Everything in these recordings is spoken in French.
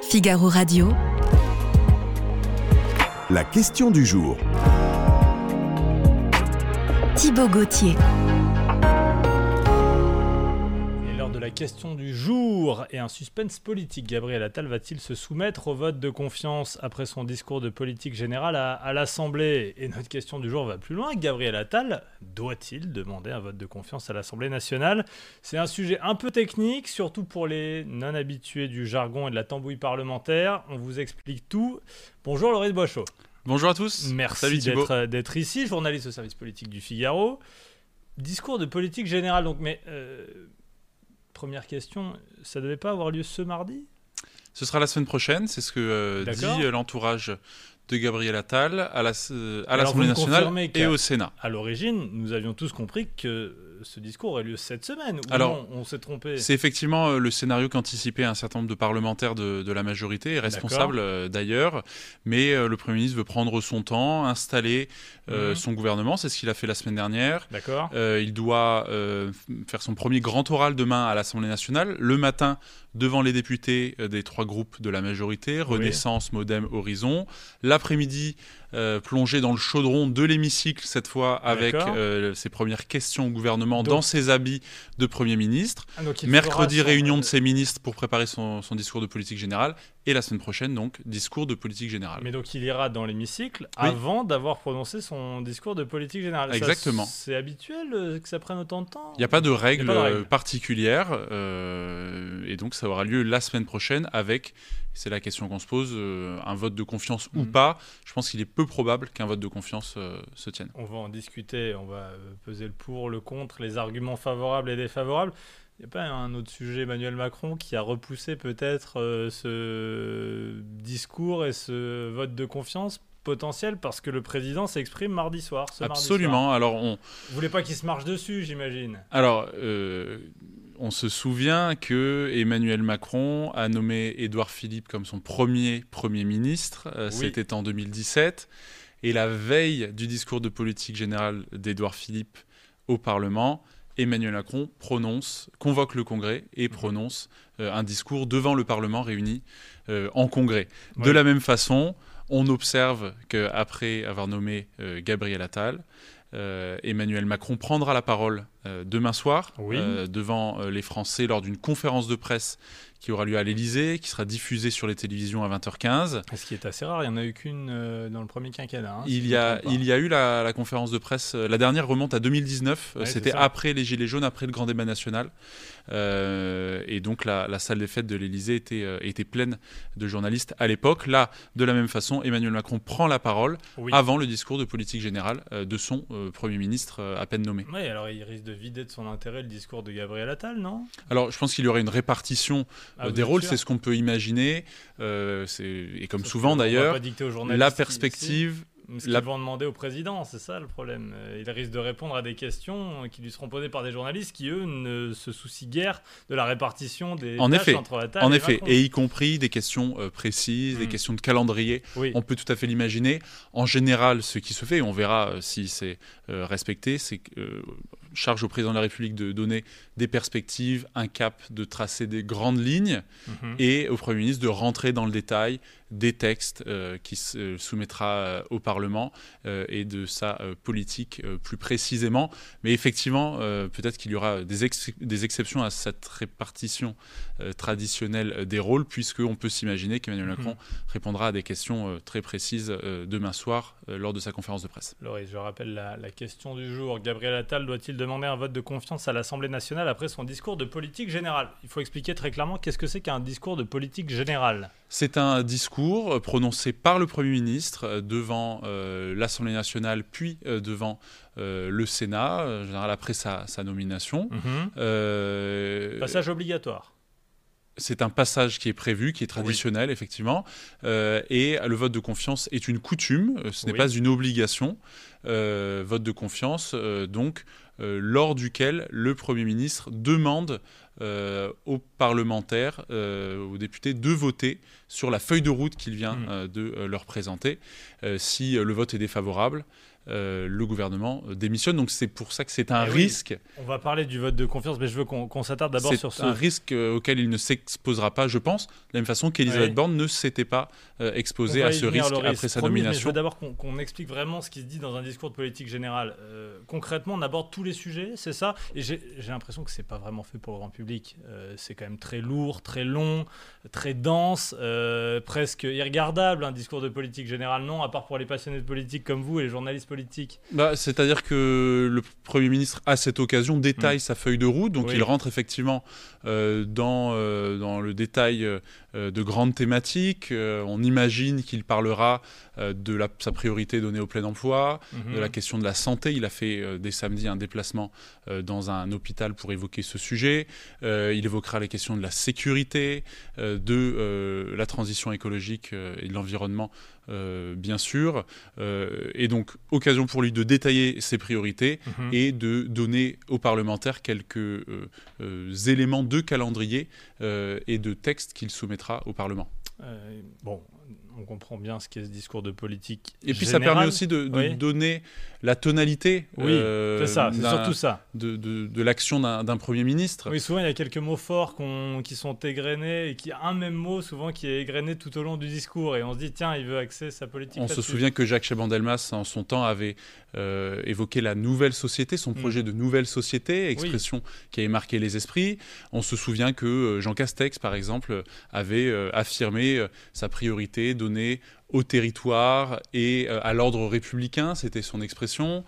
Figaro Radio. La question du jour. Thibaut Gauthier. Et lors de la question du jour et un suspense politique, Gabriel Attal va-t-il se soumettre au vote de confiance après son discours de politique générale à l'Assemblée ? Et notre question du jour va plus loin. Gabriel Attal doit-il demander un vote de confiance à l'Assemblée nationale ? C'est un sujet un peu technique, surtout pour les non-habitués du jargon et de la tambouille parlementaire. On vous explique tout. Bonjour Loris Boischaud. Bonjour à tous. Merci d'être ici, journaliste au service politique du Figaro. Discours de politique générale, donc, mais première question, ça ne devait pas avoir lieu ce mardi ? Ce sera la semaine prochaine, c'est ce que dit l'entourage de Gabriel Attal à l'Assemblée nationale et au Sénat. À l'origine, nous avions tous compris que ce discours aurait lieu cette semaine. Alors, non, on s'est trompé. C'est effectivement le scénario qu'anticipaient un certain nombre de parlementaires de la majorité, et responsables d'ailleurs. Mais le Premier ministre veut prendre son temps, installer son gouvernement. C'est ce qu'il a fait la semaine dernière. D'accord. Il doit faire son premier grand oral demain à l'Assemblée nationale. Le matin, devant les députés des trois groupes de la majorité, Renaissance, Modem, Horizon. L'après-midi, plongé dans le chaudron de l'hémicycle, cette fois avec ses premières questions au gouvernement dans ses habits de Premier ministre. Mercredi, réunion de ses ministres pour préparer son discours de politique générale. Et la semaine prochaine, donc, discours de politique générale. Mais donc il ira dans l'hémicycle avant d'avoir prononcé son discours de politique générale. Exactement. C'est habituel que ça prenne autant de temps ? Il n'y a pas de règle particulière. Et donc ça aura lieu la semaine prochaine avec, c'est la question qu'on se pose, un vote de confiance ou pas. Je pense qu'il est peu probable qu'un vote de confiance se tienne. On va en discuter, on va peser le pour, le contre, les arguments favorables et défavorables. Il n'y a pas un autre sujet, Emmanuel Macron, qui a repoussé peut-être ce discours et ce vote de confiance potentiel parce que le président s'exprime mardi soir. Absolument. Alors Vous ne voulez pas qu'il se marche dessus, j'imagine. Alors, on se souvient que Emmanuel Macron a nommé Édouard Philippe comme son premier ministre. C'était en 2017. Et la veille du discours de politique générale d'Édouard Philippe au Parlement, Emmanuel Macron convoque le Congrès et prononce un discours devant le Parlement réuni en Congrès. De la même façon, on observe qu'après avoir nommé Gabriel Attal, Emmanuel Macron prendra la parole demain soir devant les Français lors d'une conférence de presse qui aura lieu à l'Élysée, qui sera diffusée sur les télévisions à 20h15. Ce qui est assez rare, il n'y en a eu qu'une dans le premier quinquennat. Il y a eu la conférence de presse, la dernière remonte à 2019, c'était après les Gilets jaunes, après le grand débat national. Et donc la salle des fêtes de l'Élysée était pleine de journalistes à l'époque. Là, de la même façon, Emmanuel Macron prend la parole avant le discours de politique générale de son Premier ministre à peine nommé. Oui, alors il risque de vider de son intérêt le discours de Gabriel Attal, non ? Alors je pense qu'il y aurait une répartition des rôles, c'est ce qu'on peut imaginer. Et comme souvent d'ailleurs, la perspective... Ce qu'ils vont demander au président, c'est ça le problème. Il risque de répondre à des questions qui lui seront posées par des journalistes qui, eux, ne se soucient guère de la répartition des tâches entre Attal et Macron. Et y compris des questions précises, des questions de calendrier. On peut tout à fait l'imaginer. En général, ce qui se fait, on verra si c'est respecté, c'est charge au président de la République de donner des perspectives, un cap, de tracer des grandes lignes, et au Premier ministre de rentrer dans le détail des textes qui se soumettra au Parlement et de sa politique plus précisément. Mais effectivement, peut-être qu'il y aura des exceptions à cette répartition traditionnelle des rôles, puisqu'on peut s'imaginer qu'Emmanuel Macron répondra à des questions très précises demain soir lors de sa conférence de presse. Loris, je rappelle la question du jour. Gabriel Attal doit-il demander un vote de confiance à l'Assemblée nationale après son discours de politique générale ? Il faut expliquer très clairement qu'est-ce que c'est qu'un discours de politique générale. C'est un discours prononcé par le Premier ministre devant l'Assemblée nationale, puis devant le Sénat, en général après sa nomination. Passage obligatoire. C'est un passage qui est prévu, qui est traditionnel, effectivement. Et le vote de confiance est une coutume, ce n'est pas une obligation. Vote de confiance, lors duquel le Premier ministre demande aux parlementaires, aux députés, de voter sur la feuille de route qu'il vient de leur présenter. Si le vote est défavorable, le gouvernement démissionne. Donc c'est pour ça que c'est un risque. On va parler du vote de confiance, mais je veux qu'on s'attarde d'abord sur C'est un risque auquel il ne s'exposera pas, je pense, de la même façon qu'Elisabeth Borne ne s'était pas exposée à ce risque après sa nomination. Mais je veux d'abord qu'on explique vraiment ce qui se dit dans un discours de politique générale. Concrètement, on aborde tous les sujets, c'est ça. Et j'ai l'impression que c'est pas vraiment fait pour le grand public. C'est quand même très lourd, très long, très dense, presque irregardable, un discours de politique générale, non, à part pour les passionnés de politique comme vous et les journalistes politiques. C'est-à-dire que le Premier ministre, à cette occasion, détaille sa feuille de route. Donc il rentre effectivement dans le détail de grandes thématiques. On imagine qu'il parlera de sa priorité donnée au plein emploi, de la question de la santé. Il a fait dès samedi un déplacement dans un hôpital pour évoquer ce sujet. Il évoquera les questions de la sécurité, de la transition écologique et de l'environnement, bien sûr. Et donc, occasion pour lui de détailler ses priorités et de donner aux parlementaires quelques éléments de calendrier et de texte qu'il soumettra au Parlement. On comprend bien ce qu'est ce discours de politique Et puis générale. Ça permet aussi de donner la tonalité c'est surtout ça. De l'action d'un Premier ministre. Oui, souvent il y a quelques mots forts qui sont égrenés et qu'il y a un même mot souvent qui est égrené tout au long du discours et on se dit tiens, il veut axer sa politique On se souvient que Jacques Chaban-Delmas en son temps avait évoqué la nouvelle société, son projet de nouvelle société, expression qui avait marqué les esprits. On se souvient que Jean Castex, par exemple, avait affirmé sa priorité donnée au territoire et à l'ordre républicain, c'était son expression.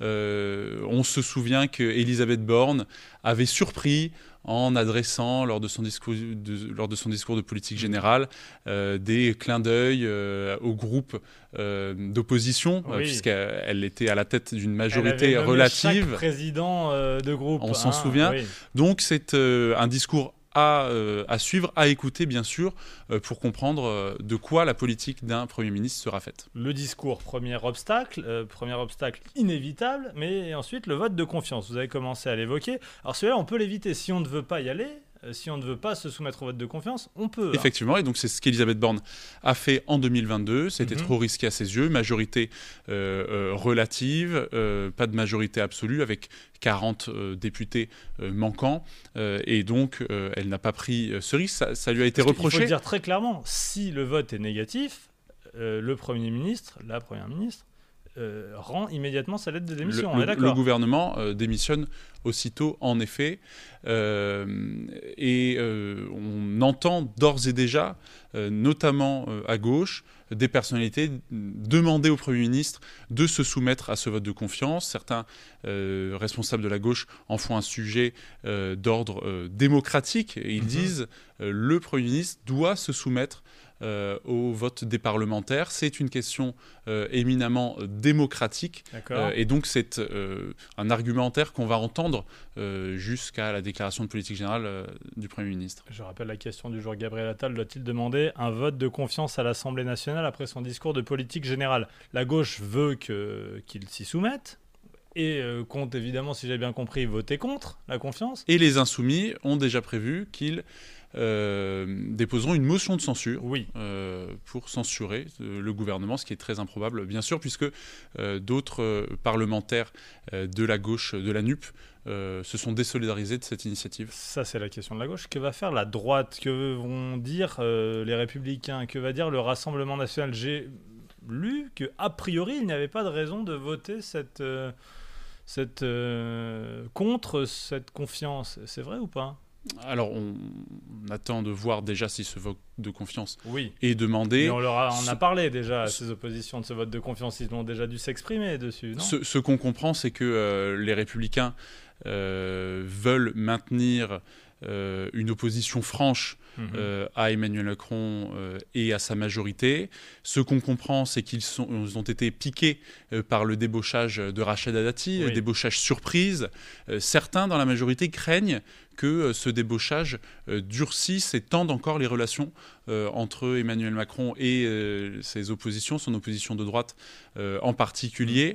On se souvient qu'Elisabeth Borne avait surpris en adressant lors de son discours de politique générale des clins d'œil au groupe d'opposition, puisqu'elle était à la tête d'une majorité relative. Chaque président de groupe. On s'en souvient. Donc c'est un discours à suivre, à écouter bien sûr, pour comprendre de quoi la politique d'un Premier ministre sera faite. Le discours, premier obstacle inévitable, mais ensuite le vote de confiance. Vous avez commencé à l'évoquer. Alors celui-là, on peut l'éviter si on ne veut pas y aller. Si on ne veut pas se soumettre au vote de confiance, on peut. Effectivement, et donc c'est ce qu'Elisabeth Borne a fait en 2022. C'était trop risqué à ses yeux. Majorité relative, pas de majorité absolue, avec 40 députés manquants. Et donc, elle n'a pas pris ce risque. Ça lui a été reproché. Il faut dire très clairement, si le vote est négatif, le Premier ministre, la Première ministre, rend immédiatement sa lettre de démission. Le gouvernement démissionne aussitôt, en effet. Et on entend d'ores et déjà, notamment à gauche, des personnalités demander au Premier ministre de se soumettre à ce vote de confiance. Certains responsables de la gauche en font un sujet d'ordre démocratique. Et ils disent le Premier ministre doit se soumettre au vote des parlementaires. C'est une question éminemment démocratique. Et donc c'est un argumentaire qu'on va entendre jusqu'à la déclaration de politique générale du Premier ministre. Je rappelle la question du jour. Gabriel Attal doit-il demander un vote de confiance à l'Assemblée nationale après son discours de politique générale? La gauche veut qu'il s'y soumette et compte évidemment, si j'ai bien compris, voter contre la confiance. Et les Insoumis ont déjà prévu qu'ils déposeront une motion de censure pour censurer le gouvernement, ce qui est très improbable, bien sûr, puisque d'autres parlementaires de la gauche, de la NUP, se sont désolidarisés de cette initiative. Ça, c'est la question de la gauche. Que va faire la droite? Que vont dire les Républicains? Que va dire le Rassemblement national? J'ai lu qu'a priori, il n'y avait pas de raison de voter contre cette confiance. C'est vrai ou pas? Alors, on attend de voir déjà si ce vote de confiance est demandé. Mais on a parlé déjà à ces oppositions de ce vote de confiance. Ils ont déjà dû s'exprimer dessus, non? Ce qu'on comprend, c'est que les Républicains veulent maintenir une opposition franche à Emmanuel Macron et à sa majorité. Ce qu'on comprend, c'est qu'ils ont été piqués par le débauchage de Rachida Dati, débauchage surprise. Certains dans la majorité craignent que ce débauchage durcisse et tende encore les relations entre Emmanuel Macron et ses oppositions, son opposition de droite en particulier.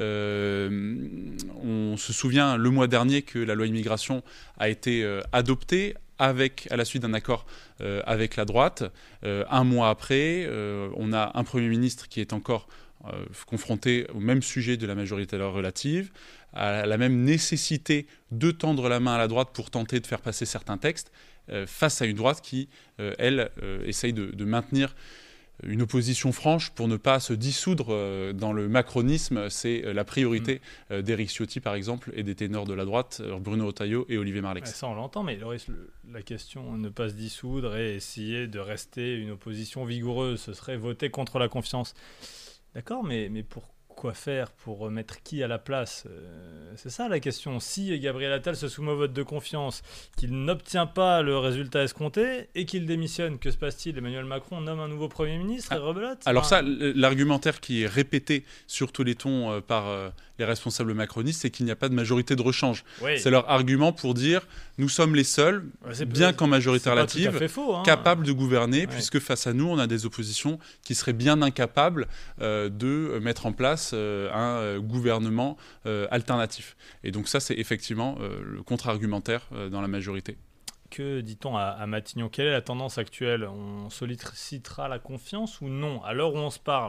On se souvient le mois dernier que la loi immigration a été adoptée à la suite d'un accord avec la droite. Un mois après, on a un Premier ministre qui est encore confrontés au même sujet de la majorité relative, à la même nécessité de tendre la main à la droite pour tenter de faire passer certains textes, face à une droite qui, elle, essaye de maintenir une opposition franche pour ne pas se dissoudre dans le macronisme. C'est la priorité d'Éric Ciotti, par exemple, et des ténors de la droite, Bruno Retailleau et Olivier Marleix. Ça, on l'entend, mais Loris, la question ne pas se dissoudre et essayer de rester une opposition vigoureuse, ce serait voter contre la confiance. D'accord, mais pourquoi faire pour mettre qui à la place ? C'est ça la question. Si Gabriel Attal se soumet au vote de confiance, qu'il n'obtient pas le résultat escompté et qu'il démissionne, que se passe-t-il ? Emmanuel Macron nomme un nouveau Premier ministre et rebelote ? Alors ça, l'argumentaire qui est répété sur tous les tons par les responsables macronistes, c'est qu'il n'y a pas de majorité de rechange. Oui. C'est leur argument pour dire nous sommes les seuls, bien qu'en majorité relative, capables de gouverner, puisque face à nous, on a des oppositions qui seraient bien incapables de mettre en place un gouvernement alternatif. Et donc ça, c'est effectivement le contre-argumentaire dans la majorité. Que dit-on à Matignon ? Quelle est la tendance actuelle ? On sollicitera la confiance ou non ? À l'heure où on se parle ?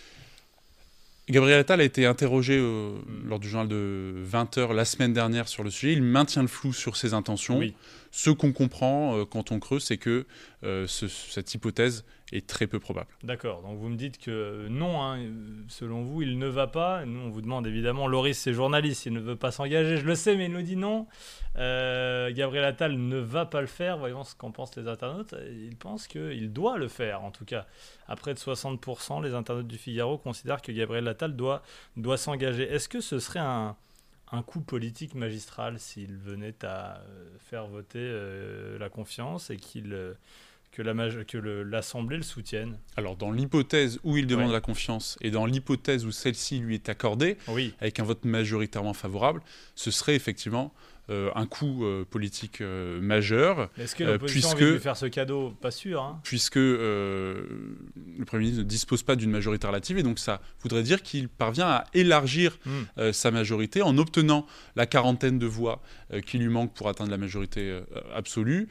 Gabriel Attal a été interrogé lors du journal de 20h la semaine dernière sur le sujet. Il maintient le flou sur ses intentions. Oui. Ce qu'on comprend quand on creuse, c'est que cette hypothèse est très peu probable. D'accord, donc vous me dites que non, selon vous, il ne va pas. Nous, on vous demande évidemment, Loris, c'est journaliste, il ne veut pas s'engager, je le sais, mais il nous dit non. Gabriel Attal ne va pas le faire. Voyons ce qu'en pensent les internautes. Ils pensent qu'il doit le faire, en tout cas. À près de 60%, les internautes du Figaro considèrent que Gabriel Attal doit s'engager. Est-ce que ce serait un coup politique magistral s'il venait à faire voter la confiance et que l'Assemblée le soutienne ? Alors, dans l'hypothèse où il demande la confiance et dans l'hypothèse où celle-ci lui est accordée, avec un vote majoritairement favorable, ce serait effectivement un coup politique majeur. Est-ce que l'opposition a envie de lui faire ce cadeau ? Pas sûr. Puisque le Premier ministre ne dispose pas d'une majorité relative, et donc ça voudrait dire qu'il parvient à élargir sa majorité en obtenant la quarantaine de voix qui lui manque pour atteindre la majorité absolue.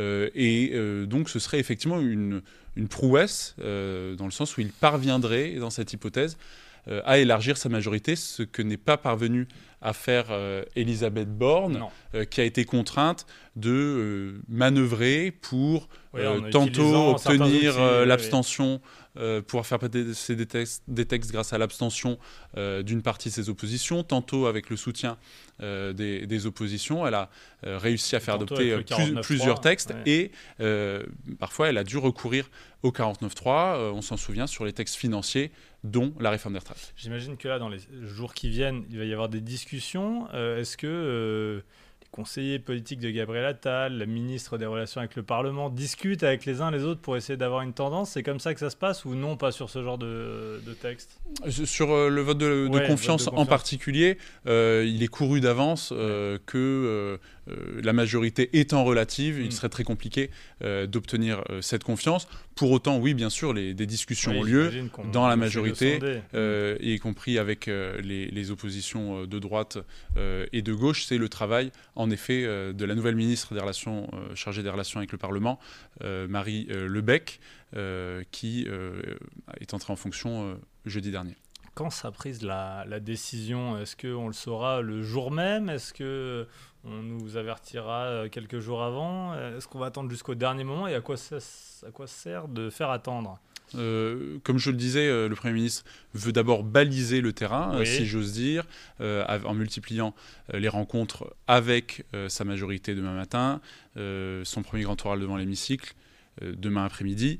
Donc ce serait effectivement une prouesse, dans le sens où il parviendrait, dans cette hypothèse, à élargir sa majorité, ce que n'est pas parvenu à faire Elisabeth Borne, qui a été contrainte de manœuvrer pour tantôt obtenir l'abstention, pouvoir faire passer des textes grâce à l'abstention d'une partie de ses oppositions, tantôt avec le soutien des oppositions. Elle a réussi à faire adopter plusieurs textes et parfois elle a dû recourir au 49.3, on s'en souvient, sur les textes financiers, dont la réforme des retraites. J'imagine que là, dans les jours qui viennent, il va y avoir des discussions. Est-ce que les conseillers politiques de Gabriel Attal, la ministre des Relations avec le Parlement, discutent avec les uns les autres pour essayer d'avoir une tendance ? C'est comme ça que ça se passe ou non, pas sur ce genre de texte ? Sur le vote de confiance en particulier, il est couru d'avance que la majorité étant relative, il serait très compliqué d'obtenir cette confiance. Pour autant, oui, bien sûr, des discussions ont lieu dans la majorité, y compris avec les oppositions de droite et de gauche. C'est le travail, en effet, de la nouvelle ministre des Relations, chargée des relations avec le Parlement, Marie Lebec, qui est entrée en fonction jeudi dernier. Quand sera prise la décision ? Est-ce qu'on le saura le jour même ? Est-ce qu'on nous avertira quelques jours avant ? Est-ce qu'on va attendre jusqu'au dernier moment ? Et à quoi sert de faire attendre ? Comme je le disais, le Premier ministre veut d'abord baliser le terrain, si j'ose dire, en multipliant les rencontres avec sa majorité demain matin, son premier grand oral devant l'hémicycle demain après-midi,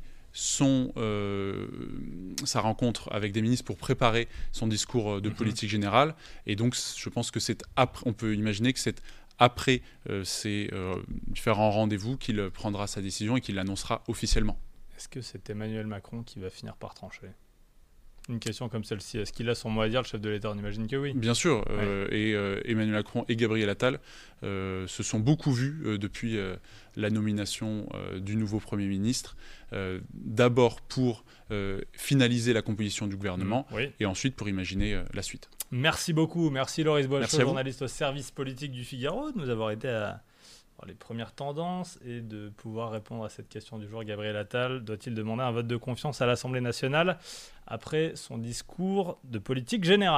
sa rencontre avec des ministres pour préparer son discours de politique générale. Et donc, je pense que on peut imaginer que c'est après ces différents rendez-vous qu'il prendra sa décision et qu'il l'annoncera officiellement. Est-ce que c'est Emmanuel Macron qui va finir par trancher ? Une question comme celle-ci, est-ce qu'il a son mot à dire, le chef de l'État ? On imagine que oui. Bien sûr, et Emmanuel Macron et Gabriel Attal se sont beaucoup vus depuis la nomination du nouveau Premier ministre, d'abord pour finaliser la composition du gouvernement, et ensuite pour imaginer la suite. Merci beaucoup, merci Loris Boischaud, journaliste au service politique du Figaro, de nous avoir aidé à les premières tendances et de pouvoir répondre à cette question du jour. Gabriel Attal doit-il demander un vote de confiance à l'Assemblée nationale après son discours de politique générale ?